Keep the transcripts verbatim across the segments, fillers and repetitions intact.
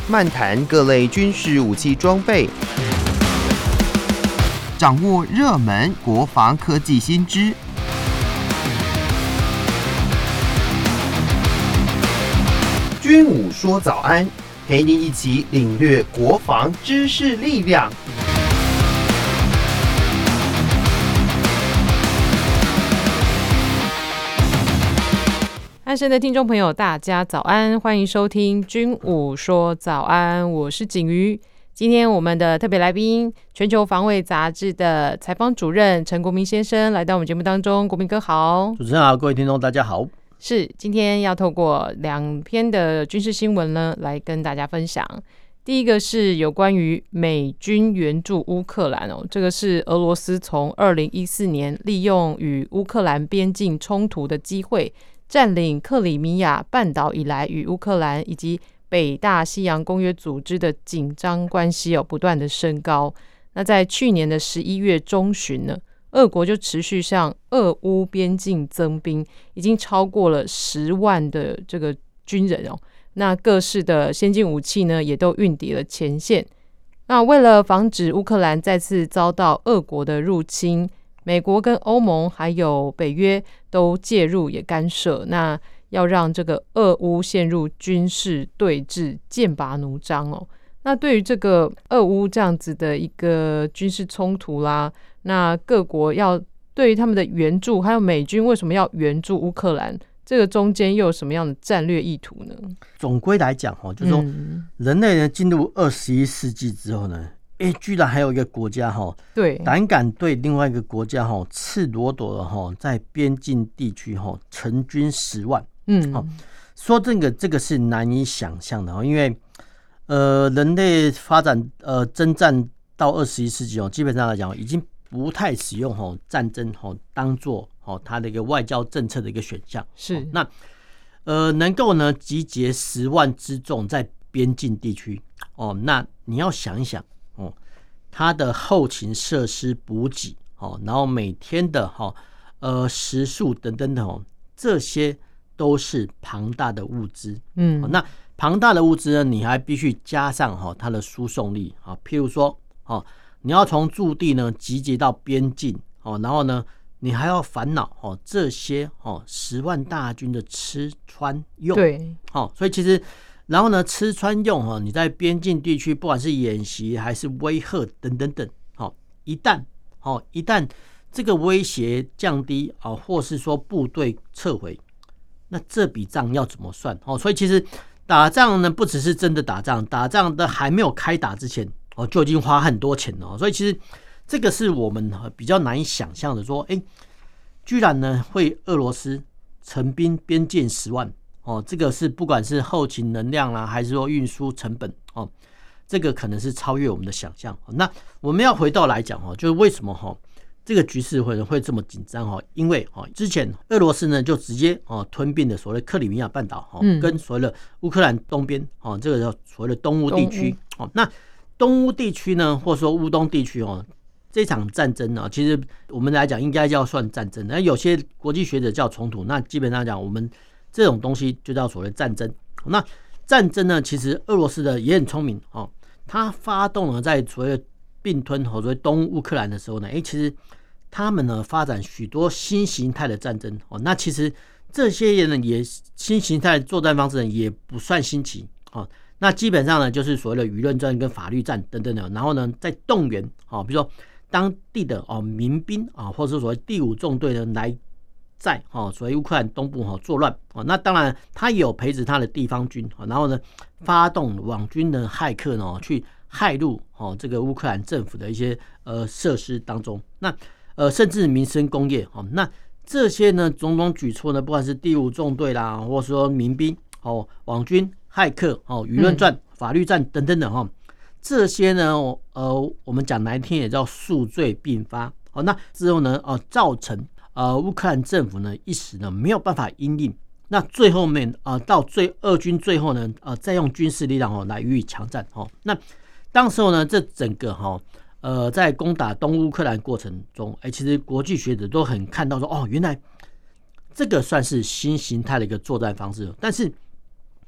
漫谈各类军事武器装备，掌握热门国防科技新知。军武说早安，陪你一起领略国防知识力量。 安生的听众朋友，大家早安，欢迎收听军武说早安，我是景瑜。今天我们的特别来宾，全球防卫杂志的采访主任陈国民先生来到我们节目当中。国民哥好。 主持人好，各位听众大家好。 是，今天要透过两篇的军事新闻呢，来跟大家分享。第一个是有关于美军援助乌克兰哦，这个是俄罗斯从二零一四年利用与乌克兰边境冲突的机会，占领克里米亚半岛以来，与乌克兰以及北大西洋公约组织的紧张关系哦不断的升高。那在去年的十一月中旬呢，俄国就持续向俄乌边境增兵，已经超过了十万的这个军人哦。那各式的先进武器呢，也都运抵了前线。那为了防止乌克兰再次遭到俄国的入侵，美国跟欧盟还有北约都介入也干涉，那要让这个俄乌陷入军事对峙，剑拔弩张哦。那对于这个俄乌这样子的一个军事冲突啦，那各国要对于他们的援助，还有美军为什么要援助乌克兰，这个中间又有什么样的战略意图呢？ 总归来讲，就是说人类呢进入二十一世纪之后呢，哎，居然还有一个国家对胆敢对另外一个国家赤裸裸的在边境地区成军十万。嗯，说这个这个是难以想象的，因为呃人类发展呃征战到二十一世纪基本上来讲已经不太使用战争当做它的一个外交政策的一个选项。是那呃能够呢集结十万之众在边境地区哦，那你要想一想哦，它的后勤设施补给哦，然后每天的哈呃食宿等等的哦，这些都是庞大的物资。嗯，那庞大的物资呢，你还必须加上哈它的输送力啊，譬如说哦，你要从驻地呢集结到边境哦，然后呢你还要烦恼哦这些哦十万大军的吃穿用。对，哦，所以其实。然后呢，吃穿用哦，你在边境地区，不管是演习还是威吓等等等，好，一旦好一旦这个威胁降低啊，或是说部队撤回，那这笔账要怎么算？哦，所以其实打仗呢，不只是真的打仗，打仗的还没有开打之前，哦，就已经花很多钱了。所以其实这个是我们比较难以想象的，说，哎，居然呢会俄罗斯成兵边境十万。哦，这个是不管是后勤能量啦，还是说运输成本哦，这个可能是超越我们的想象。那我们要回到来讲哦，就是为什么哈这个局势会会这么紧张哈？因为哦之前俄罗斯呢就直接哦吞并了所谓克里米亚半岛哈，嗯、跟所谓的乌克兰东边哦，这个叫所谓的东乌地区哦。那东乌地区呢，或者说乌东地区哦，这场战争呢，其实我们来讲应该叫算战争，那有些国际学者叫冲突。那基本上讲我们。这种东西就叫所谓战争。那战争呢，其实俄罗斯的也很聪明哦，他发动了在所谓并吞所谓东乌克兰的时候呢，哎，其实他们呢发展许多新形态的战争哦。那其实这些人也新形态的作战方式呢也不算新奇哦。那基本上呢就是所谓的舆论战跟法律战等等的，然后呢再动员哦，比如说当地的哦民兵啊，或者是所谓第五纵队呢来。在所谓乌克兰东部作乱，那当然他也有培植他的地方军，然后呢发动网军的骇客呢去骇入这个乌克兰政府的一些呃设施当中，那呃甚至民生工业，那这些呢种种举措呢，不管是第五纵队啦，或者说民兵、网军、骇客、舆论战、法律战等等的，这些呢呃我们讲难听也叫数罪并发，那之后呢呃造成。呃，乌克兰政府呢一时呢没有办法因应，那最后面呃到最俄军最后呢呃再用军事力量哦来予以强占哦。那当时候呢这整个哈呃在攻打东乌克兰过程中，哎，其实国际学者都很看到说哦，原来这个算是新形态的一个作战方式，但是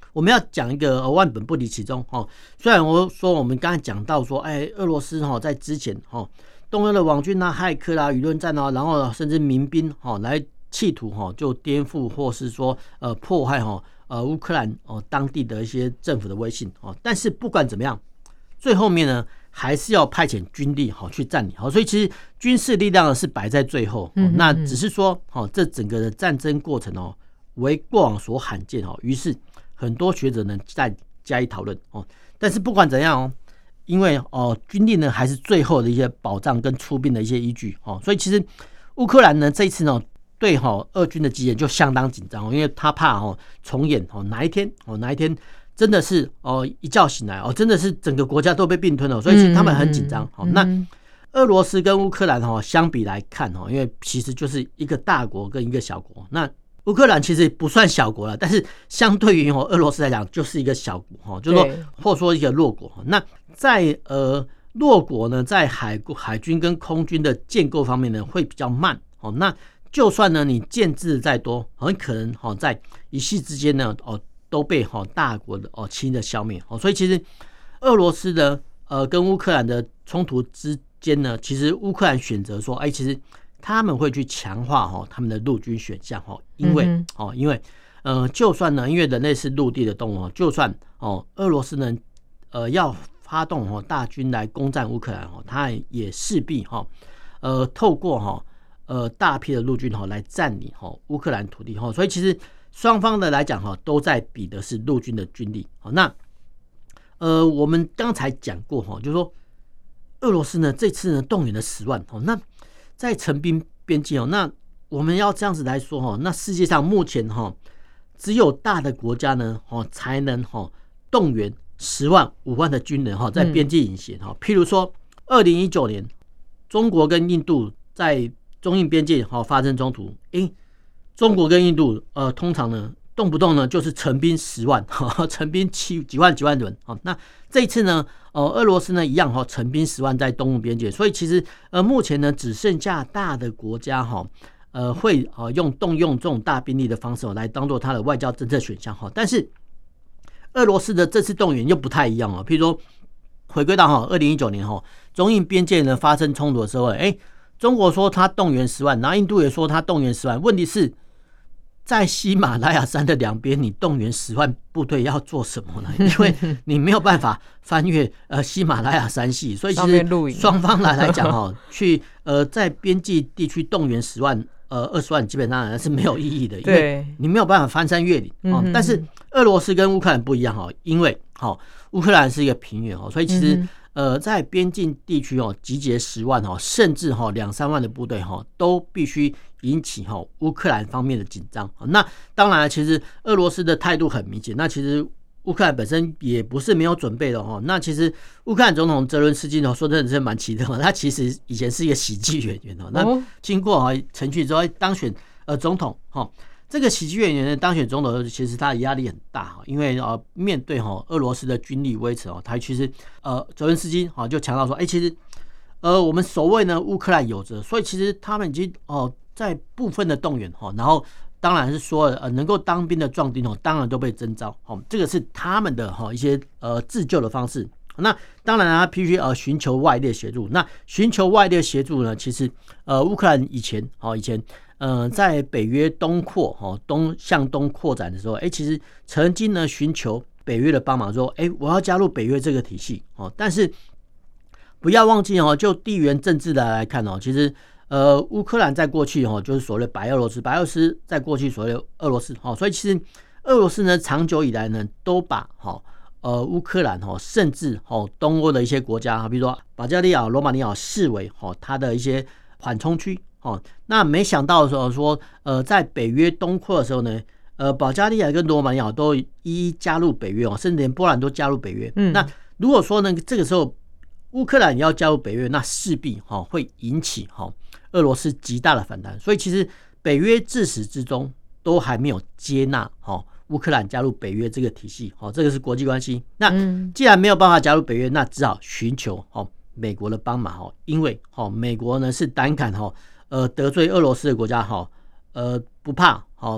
我们要讲一个、呃、万本不离其宗、哦、虽然我说我们刚才讲到说，哎，俄罗斯、哦、在之前、哦、动用了网军啊、骇客啦、舆论战啊，然后甚至民兵、哦、来企图、哦、就颠覆或是说、呃、破坏、哦呃、乌克兰、哦、当地的一些政府的威信、哦、但是不管怎么样，最后面呢还是要派遣军力、哦、去占领、哦、所以其实军事力量是摆在最后、哦、那只是说、哦、这整个的战争过程、哦、为过往所罕见、哦、于是很多学者呢再加以讨论、哦、但是不管怎样、哦、因为、哦、军力呢还是最后的一些保障跟出兵的一些依据、哦、所以其实乌克兰呢这一次呢对、哦、俄军的集结就相当紧张、哦、因为他怕、哦、重演、哦、哪一天、哦、哪一天真的是、哦、一觉醒来、哦、真的是整个国家都被并吞了，所以其实他们很紧张、嗯哦、那俄罗斯跟乌克兰、哦、相比来看、哦、因为其实就是一个大国跟一个小国，那乌克兰其实不算小国了，但是相对于、哦、俄罗斯来讲就是一个小国、哦、就是说或者说一个弱国。那在呃弱国呢，在海海军跟空军的建构方面呢会比较慢、哦、那就算呢你建制再多，很可能、哦、在一夕之间呢、哦、都被、哦、大国的、哦、轻易的消灭、哦、所以其实俄罗斯的、呃、跟乌克兰的冲突之间呢，其实乌克兰选择说，哎，其实他们会去强化、哦、他们的陆军选项、哦、因为、嗯哦、因为呃，就算呢，因为人类是陆地的动物，就算、哦、俄罗斯呢、呃、要发动、哦、大军来攻占乌克兰、哦、他也势必、哦呃、透过、哦呃、大批的陆军、哦、来占领、哦、乌克兰土地、哦、所以其实双方的来讲、哦、都在比的是陆军的军力、哦、那呃，我们刚才讲过、哦、就是说俄罗斯呢这次呢动员了十万、哦、那在陈兵边境、哦、那我们要这样子来说、哦、那世界上目前、哦、只有大的国家呢、哦、才能、哦、动员十万五万的军人、哦、在边境隐形、嗯、譬如说二零一九年中国跟印度在中印边界、哦、发生冲突，诶中国跟印度呃通常呢动不动呢就是成兵十万，成兵七几万几万人。那这一次呢，呃，俄罗斯呢一样哈，成兵十万在东乌边界。所以其实呃目前呢只剩下大的国家哈，呃会呃用动用这种大兵力的方式来当做它的外交政策选项哈。但是俄罗斯的这次动员又不太一样哦。譬如说回归到哈二零一九年哈中印边界呢发生冲突的时候，哎，中国说他动员十万，然后印度也说他动员十万，问题是在喜马拉雅山的两边，你动员十万部队要做什么呢？因为你没有办法翻越呃喜马拉雅山系，所以其实双方来来讲哈，去呃在边际地区动员十万呃二十万，基本上是没有意义的，因为你没有办法翻山越岭、哦、但是俄罗斯跟乌克兰不一样哈，因为哈、哦、乌克兰是一个平原哦，所以其实、嗯呃，在边境地区哦，集结十万哦，甚至哈两三万的部队哈，都必须引起哈乌克兰方面的紧张。那当然，其实俄罗斯的态度很明显。那其实乌克兰本身也不是没有准备的哈。那其实乌克兰总统泽伦斯基呢，说真的是蛮奇特的，他其实以前是一个喜剧演员哦。那经过哈程序之后当选呃总统哈。这个喜剧演员的当选总统，其实他的压力很大，因为呃面对哈俄罗斯的军力威慑哦，他其实呃泽伦斯基哈就强调说，哎，其实呃我们守卫呢乌克兰有责，所以其实他们已经哦在部分的动员哈，然后当然是说呃能够当兵的壮丁哦，当然都被征召哦，这个是他们的哈一些呃自救的方式。那当然他必须呃寻求外力协助。那寻求外力协助呢，其实呃乌克兰以前哦以前。呃，在北约东扩、哦、东向东扩展的时候，哎，其实曾经呢寻求北约的帮忙，说，哎，我要加入北约这个体系哦。但是不要忘记哦，就地缘政治的来看哦，其实呃，乌克兰在过去哦，就是所谓的白俄罗斯，白俄罗斯在过去所谓的俄罗斯哦，所以其实俄罗斯呢，长久以来呢，都把哈呃乌克兰哦，甚至哦东欧的一些国家，比如说保加利亚、罗马尼亚视为哦它的一些缓冲区。哦，那没想到的时候说，呃，在北约东扩的时候呢，呃，保加利亚跟罗马尼亚都一一加入北约哦，甚至连波兰都加入北约。嗯，那如果说呢，这个时候乌克兰也要加入北约，那势必哈、哦、会引起哈、哦、俄罗斯极大的反弹。所以其实北约自始至终都还没有接纳哈、哦、乌克兰加入北约这个体系。哦，这个是国际关系。那既然没有办法加入北约，那只好寻求哦美国的帮忙哦，因为哦美国呢是胆敢哈。呃，得罪俄罗斯的国家哈，呃，不怕好，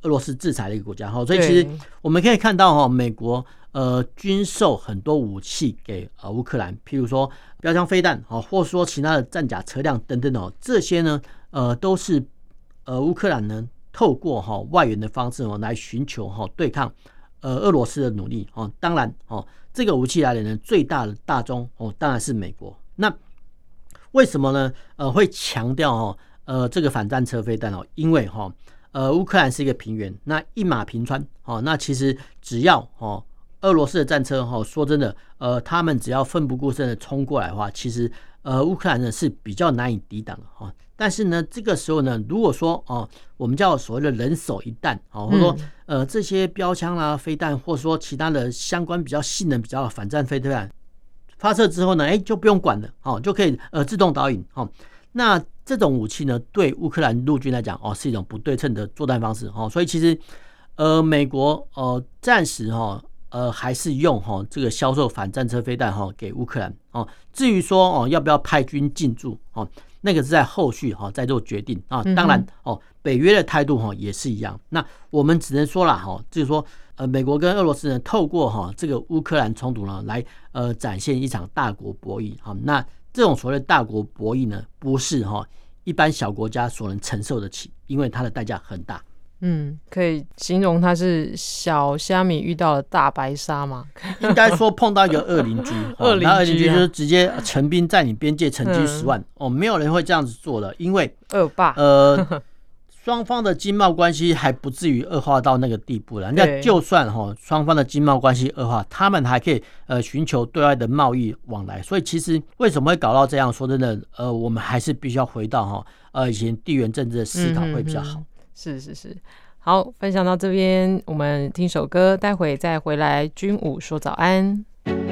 俄罗斯制裁的一个国家哈，所以其实我们可以看到哈，美国呃军售很多武器给呃乌克兰，譬如说标枪飞弹啊，或说其他的战甲车辆等等哦，这些呢呃都是呃乌克兰呢透过哈外援的方式哦来寻求哈对抗呃俄罗斯的努力哦，当然哦这个武器来源呢最大的大宗哦当然是美国。那为什么呢？呃会强调哦呃这个反战车飞弹哦，因为哈、哦。呃，乌克兰是一个平原，那一马平川，哦，那其实只要哦，俄罗斯的战车，哦，说真的，呃，他们只要奋不顾身的冲过来的话，其实呃，乌克兰呢是比较难以抵挡的，哈、哦。但是呢，这个时候呢，如果说哦，我们叫所谓的人手一弹，哦，或者说呃这些标枪啦、飞弹，或者说其他的相关比较性能比较反战飞弹发射之后呢，哎，就不用管了，哦，就可以呃自动导引，哦，那。这种武器呢，对乌克兰陆军来讲，哦，是一种不对称的作战方式，哦，所以其实，呃，美国呃暂时哈，呃还是用哈这个销售反战车飞弹哈给乌克兰，哦，至于说哦要不要派军进驻，哦，那个是在后续哈再做决定啊。当然哦，北约的态度哈也是一样。那我们只能说啦哈，就是说呃，美国跟俄罗斯呢，透过哈这个乌克兰冲突呢，来呃展现一场大国博弈哈。那这种所谓的大国博弈呢，不是哈一般小国家所能承受得起，因为它的代价很大。 嗯，可以形容它是小虾米遇到了大白鲨吗？ 应该说碰到一个恶邻居， 恶邻居、啊， 恶邻居就是直接成兵在你边界成居十万、嗯、哦，没有人会这样子做的，因为恶霸呃。双方的经贸关系还不至于恶化到那个地步了。那就算哈双方的经贸关系恶化，他们还可以呃寻求对外的贸易往来。所以其实为什么会搞到这样？说真的，呃，我们还是必须要回到哈呃以前地缘政治的思考会比较好。嗯、 是是是，好，分享到这边，我们听首歌，待会再回来。军武说早安。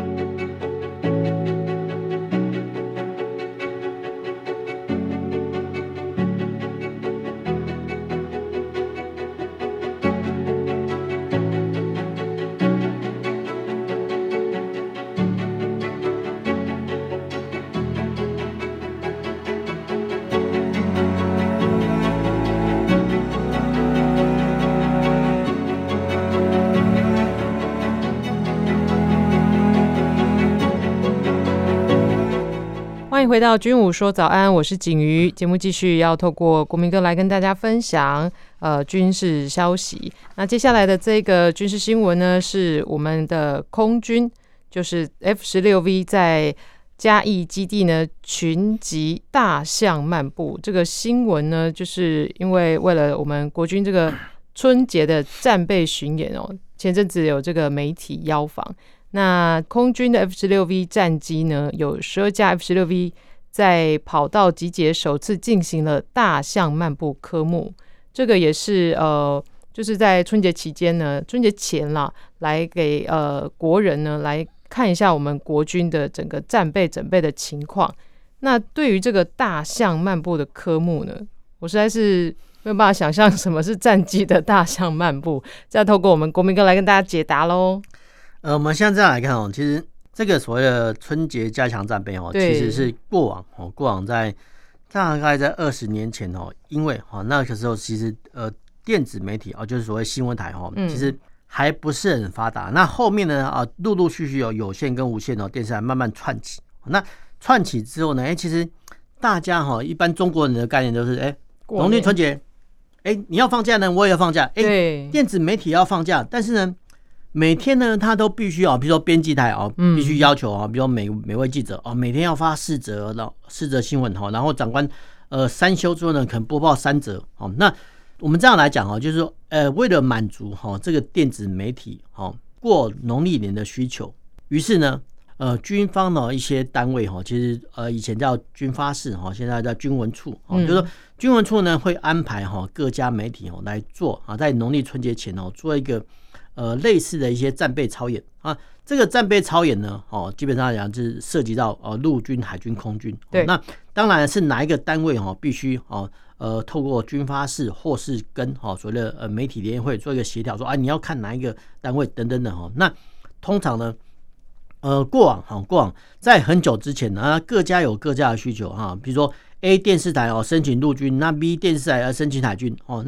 欢迎回到军武说早安，我是景瑜。节目继续要透过国民哥来跟大家分享呃军事消息。那接下来的这个军事新闻呢，是我们的空军，就是 F 十六 V 在嘉义基地呢群集大象漫步。这个新闻呢，就是因为为了我们国军这个春节的战备巡演哦，前阵子有这个媒体邀访。那空军的 F 十六 V 战机呢，有十二架 F 十六 V 在跑道集结首次进行了大象漫步科目，这个也是呃，就是在春节期间呢，春节前啦，来给呃国人呢来看一下我们国军的整个战备准备的情况。那对于这个大象漫步的科目呢，我实在是没有办法想象什么是战机的大象漫步，这要透过我们国民哥来跟大家解答咯。 呃，我们现在这样来看哦，其实这个所谓的春节加强战备哦，其实是过往哦，过往在大概在二十年前哦，因为哦那个时候其实呃电子媒体哦，就是所谓新闻台哦，其实还不是很发达。嗯、那后面呢啊，陆陆续续有有线跟无线哦电视台慢慢串起。那串起之后呢，哎、欸，其实大家哈、哦，一般中国人的概念都是哎，农历春节，哎、欸，你要放假呢，我也要放假，哎、欸，电子媒体要放假，但是呢。每天呢，他都必须啊，比如说编辑台哦，必须要求啊，比如说每每位记者哦，每天要发四则四则新闻哈，然后长官呃三休之后呢，可能播报三则哦。那我们这样来讲哈，就是说呃，为了满足哈这个电子媒体哈过农历年的需求，于是呢，呃，军方的一些单位哈，其实呃以前叫军发室哈，现在叫军文处哦，就是说军文处呢会安排哈各家媒体哦来做啊，在农历春节前哦做一个。呃，类似的一些战备操演啊，这个战备操演呢，哦，基本上来讲是涉及到呃陆军、海军、空军。对，哦、那当然是哪一个单位哦，必须哦，呃，透过军发室或是跟哦所谓的呃媒体联谊会做一个协调，说啊你要看哪一个单位等等等哦。那通常呢，呃，过往哈、哦，过往在很久之前呢、啊，各家有各家的需求哈、啊，比如说 A 电视台哦申请陆军，那 B 电视台要申请海军哦，那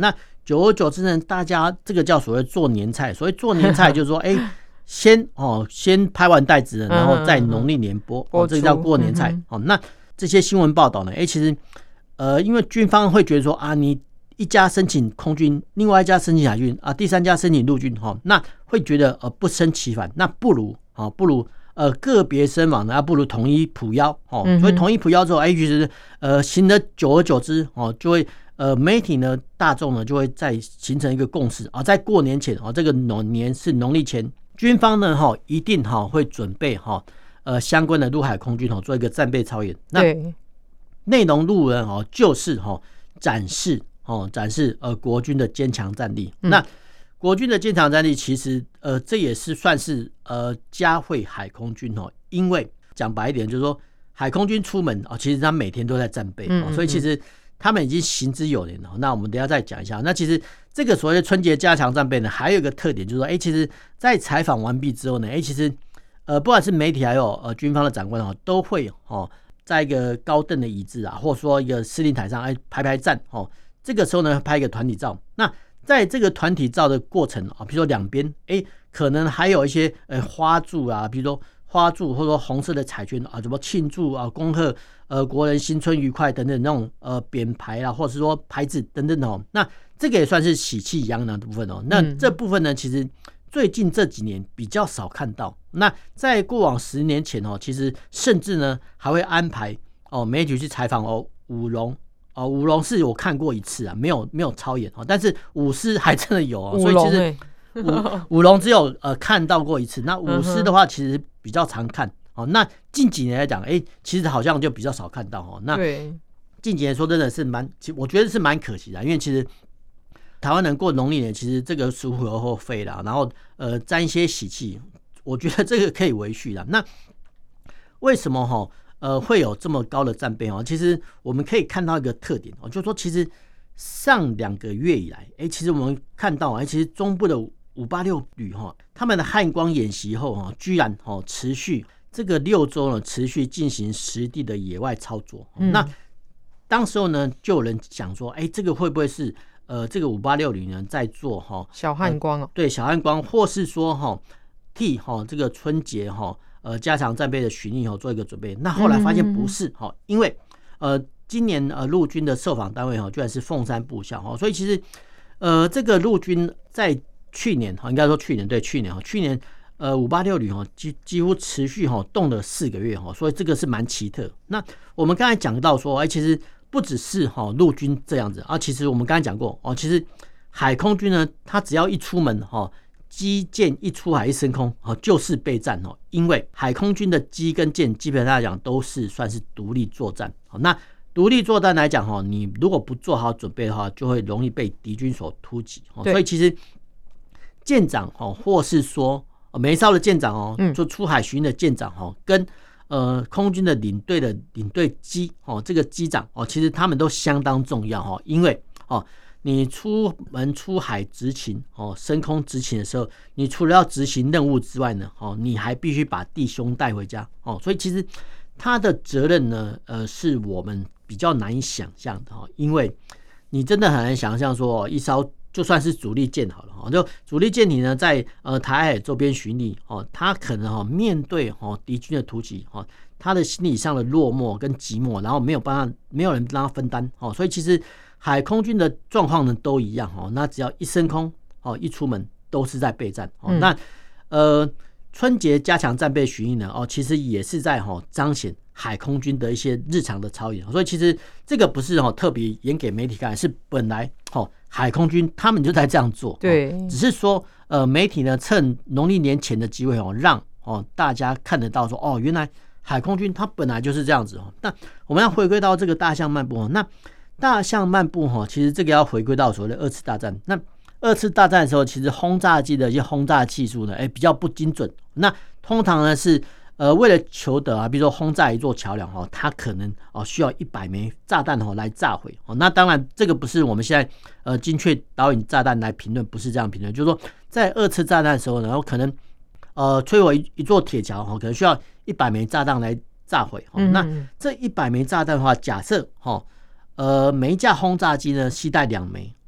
久而久之呢，大家这个叫所谓做年菜。所谓做年菜，就是说，哎、欸，先哦，先拍完带子，然后在农历年播，哦，这个叫过年菜。嗯、哦，那这些新闻报道呢，哎、欸，其实，呃，因为军方会觉得说啊，你一家申请空军，另外一家申请海军啊，第三家申请陆军，哈、哦，那会觉得呃不胜其烦，那不如啊、哦，不如。呃，个别身亡的，不如统一普邀哦。所以统一普邀之后，哎、欸，其实呃，行得久而久之哦，就会呃，媒体呢，大众呢，就会再形成一个共识啊，在過年前啊，这个农年是农历前，军方呢哈一定哈会准备哈呃相关的陆海空军哈做一个战备操演。那内容路人哦就是哈展示哦展示呃国军的坚强战力。嗯、那国军的坚强战力，其实呃，这也是算是呃嘉惠海空军哦，因为讲白一点，就是说海空军出门啊、哦，其实他每天都在战备、哦嗯、所以其实他们已经行之有年了。那我们等一下再讲一下。那其实这个所谓的春节加强战备呢，还有一个特点就是说，哎，其实，在采访完毕之后呢，哎，其实呃，不管是媒体还有呃军方的长官哦，都会哦，在一个高凳的椅子啊，或者说一个司令台上，哎，排排站哦。这个时候呢，拍一个团体照。那在这个团体照的过程啊，比如说两边，哎，可能还有一些呃花柱啊，比如说花柱或者说红色的彩圈啊，什么庆祝啊、恭贺呃国人新春愉快等等那种呃匾牌啊，或者是说牌子等等哦。那这个也算是喜气洋洋的部分哦。那这部分呢，其实最近这几年比较少看到。那在过往十年前哦，其实甚至呢还会安排哦媒体去采访哦舞龙。哦，舞龙是我看过一次啊，没有没有操演哦，但是舞狮还真的有哦，所以其实舞舞龙只有呃看到过一次。那舞狮的话，其实比较常看哦。那近几年来讲，哎、欸，其实好像就比较少看到哦。那近几年说真的是蛮，我觉得是蛮可惜的，因为其实台湾人过农历年，其实这个无可厚非啦，然后呃沾一些喜气，我觉得这个可以维续啦。那为什么哈？呃，会有这么高的战备哦？其实我们可以看到一个特点哦，就是说，其实上两个月以来，哎，其实我们看到，哎，其实中部的五八六旅哈，他们的汉光演习后哈，居然哈持续这个六周呢，持续进行实地的野外操作。嗯、那当时候呢，就有人想说，哎，这个会不会是呃，这个五八六旅呢在做哈小汉光哦、 呃？对，小汉光，或是说哈替哈这个春节哈。呃，加强战备的巡弋哦，做一个准备。那后来发现不是哈，因为呃，今年呃陆军的受访单位哈，居然是凤山部校哈，所以其实呃，这个陆军在去年哈，应该说去年对去年哈，去年呃五八六旅哈几几乎持续哈动了四个月哈，所以这个是蛮奇特。那我们刚才讲到说，哎，其实不只是哈陆军这样子啊，其实我们刚才讲过哦，其实海空军呢，他只要一出门哈。机舰一出海一升空，就是备战哦。因为海空军的机跟舰基本上来讲都是算是独立作战。那独立作战来讲，你如果不做好准备的话，就会容易被敌军所突击。所以其实舰长或是说梅少的舰长哦，就出海巡的舰长哦，跟呃空军的领队的领队机哦，这个机长哦，其实他们都相当重要哦，因为哦。你出门出海执勤哦，升空执勤的时候，你除了要执行任务之外呢，哦，你还必须把弟兄带回家哦，所以其实他的责任呢，呃，是我们比较难以想象的哦，因为你真的很难想象说，一艘就算是主力舰好了哦，就主力舰体呢，在呃台海周边巡弋哦，他可能哦面对哦敌军的突击哦，他的心理上的落寞跟寂寞，然后没有办法，没有人让他分担哦，所以其实。海空军的状况呢都一样哦，那只要一升空哦，一出门都是在备战哦。嗯、那呃，春节加强战备巡弋呢哦，其实也是在哈彰显海空军的一些日常的操演。所以其实这个不是哈特别演给媒体看，是本来哈海空军他们就在这样做。 对， 只是说呃媒体呢趁农历年前的机会哦，让哦大家看得到说哦，原来海空军它本来就是这样子哦。那我们要回归到这个大象漫步哦，那。大象漫步哈，其实这个要回归到所谓的二次大战。那二次大战的时候，其实轰炸机的一些轰炸技术呢，哎比较不精准。那通常呢是呃为了求得啊，比如说轰炸一座桥梁哈，它可能哦需要一百枚炸弹哈来炸毁哦。那当然这个不是我们现在呃精确导引炸弹来评论，不是这样评论，就是说在二次大战的时候呢，然后可能呃摧毁一座铁桥哈，可能需要一百枚炸弹来炸毁。那这一百枚炸弹的话，假设哈。呃，每一架轰炸机呢，携带两枚哦，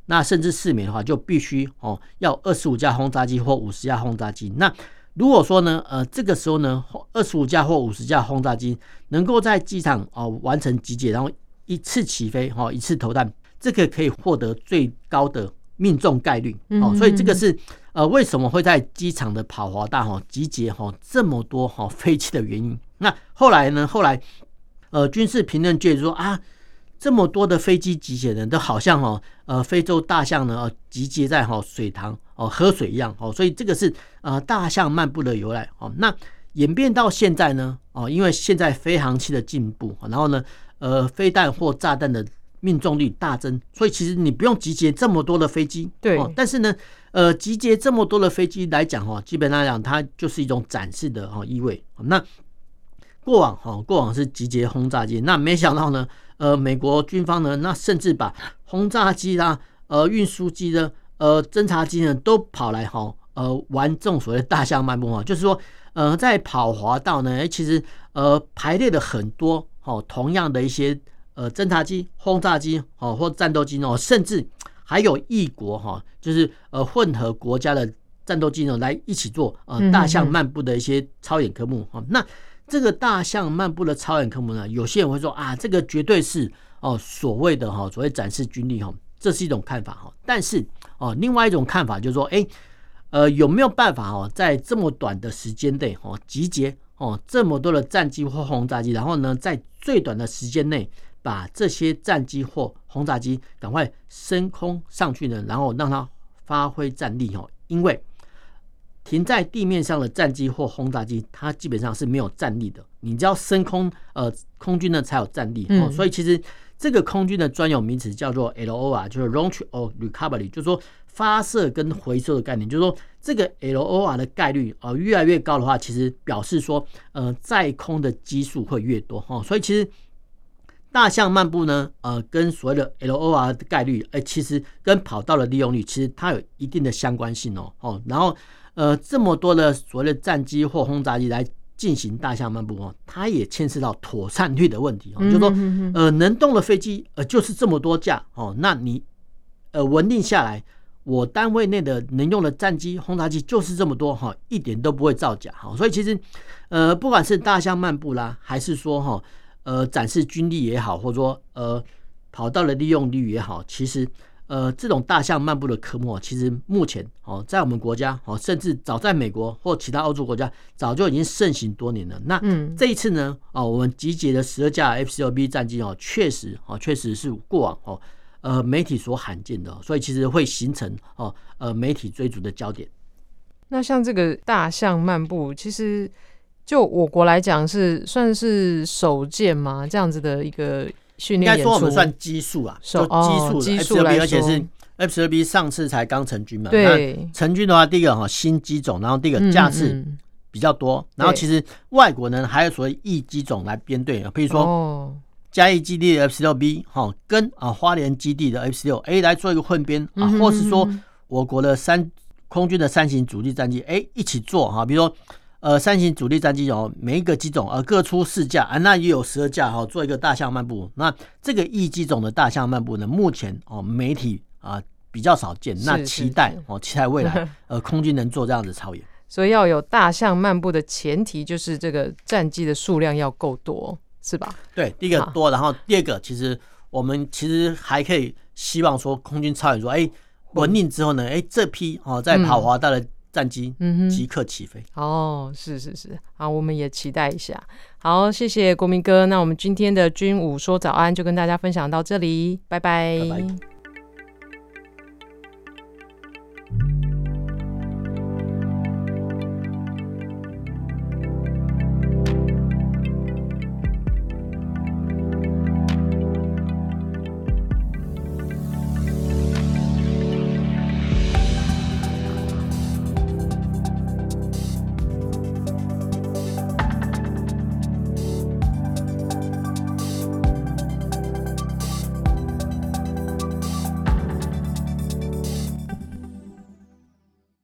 那甚至四枚的话，就必须哦要二十五架轰炸机或五十架轰炸机。那如果说呢，呃，这个时候呢，二十五架或五十架轰炸机能够在机场哦完成集结，然后一次起飞，哦，一次投弹，这个可以获得最高的命中概率。哦，所以这个是呃为什么会在机场的跑滑道哈集结哈这么多哈飞机的原因。那后来呢，后来呃军事评论界说啊。这么多的飞机集结呢，都好像哦，呃，非洲大象呢，呃，集结在哈水塘哦喝水一样哦，所以这个是呃大象漫步的由来哦。那演变到现在呢，哦，因为现在飞航器的进步，然后呢，呃，飞弹或炸弹的命中率大增，所以其实你不用集结这么多的飞机， 对、 哦，但是呢，呃，集结这么多的飞机来讲哦，基本上来讲它就是一种展示的哦意味。那过往哈，过往是集结轰炸机，那没想到呢，呃，美国军方呢，那甚至把轰炸机啦、呃运输机的、呃侦察机呢，都跑来哈，呃玩这种所谓的大象漫步哈，就是说，呃，在跑滑道呢，其实呃排列了很多哦同样的一些呃侦察机、轰炸机哦或战斗机哦，甚至还有异国哈，就是呃混合国家的战斗机呢来一起做呃大象漫步的一些操演科目哈，那。这个大象漫步的操演科目呢，有些人会说啊，这个绝对是哦所谓的哈，所谓展示军力哈，这是一种看法哈。但是哦，另外一种看法就是说，哎，呃，有没有办法哦，在这么短的时间内哦集结哦这么多的战机或轰炸机，然后呢，在最短的时间内把这些战机或轰炸机赶快升空上去呢，然后让它发挥战力哦，因为。停在地面上的战机或轰炸机，它基本上是没有战力的。你只要升空，呃，空军呢才有战力。哦、所以其实这个空军的专有名词叫做 L O R， 就是 Launch or Recovery， 就是说发射跟回收的概念。就是说这个 L O R 的概率啊、呃、越来越高的话，其实表示说呃在空的基数会越多。哦、所以其实大象漫步呢，呃，跟所谓的 L O R 的概率，哎、欸，其实跟跑道的利用率其实它有一定的相关性哦。哦，然后。呃，这么多的所谓的战机或轰炸机来进行大象漫步哦，它也牵涉到妥善率的问题哦，就是说，呃，能动的飞机呃就是这么多架哦，那你呃稳定下来，我单位内的能用的战机、轰炸机就是这么多哈，一点都不会造假哈，所以其实呃，不管是大象漫步啦，还是说哈呃展示军力也好，或者说呃跑道的利用率也好，其实。呃，这种大象漫步的科目，其实目前哦，在我们国家哦，甚至早在美国或其他欧洲国家，早就已经盛行多年了。那这一次呢，哦，我们集结的十二架 F 十六 B 战机哦，确实哦，确实是过往哦，呃，媒体所罕见的，所以其实会形成哦，呃，媒体追逐的焦点。 那像这个大象漫步，其实就我国来讲是算是首见吗？这样子的一个。应该说我们算基数啊，就基数 F 十六 B， 而且是 F 十六 B 上次才刚成军嘛。 对， 成军的话，第一个哈新机种，然后第一个架次比较多，嗯嗯然后其实外国呢还有所谓异机种来编队，比如说嘉义基地的 F 十六 B 哈跟啊花莲基地的 F 十六 A 来做一个混编啊，或是说我国的三空军的三型主力战机哎一起做哈，比如说。呃，三型主力战机哦，每一个机种呃各出四架啊，那也有十二架哈、哦，做一个大象漫步。那这个异机种的大象漫步呢，目前哦媒体啊、呃、比较少见，那期待哦期待未来呃空军能做这样的操演。 所以要有大象漫步的前提就是这个战机的数量要够多，是吧？ 对，第一个多，然后第二个其实我们其实还可以希望说空军操演说，哎稳定之后呢，哎这批哦在跑滑道的。嗯战机即刻起飞、 嗯、哦，是是是，好，我们也期待一下。好，谢谢国民哥，那我们今天的军武说早安就跟大家分享到这里，拜拜。 拜拜。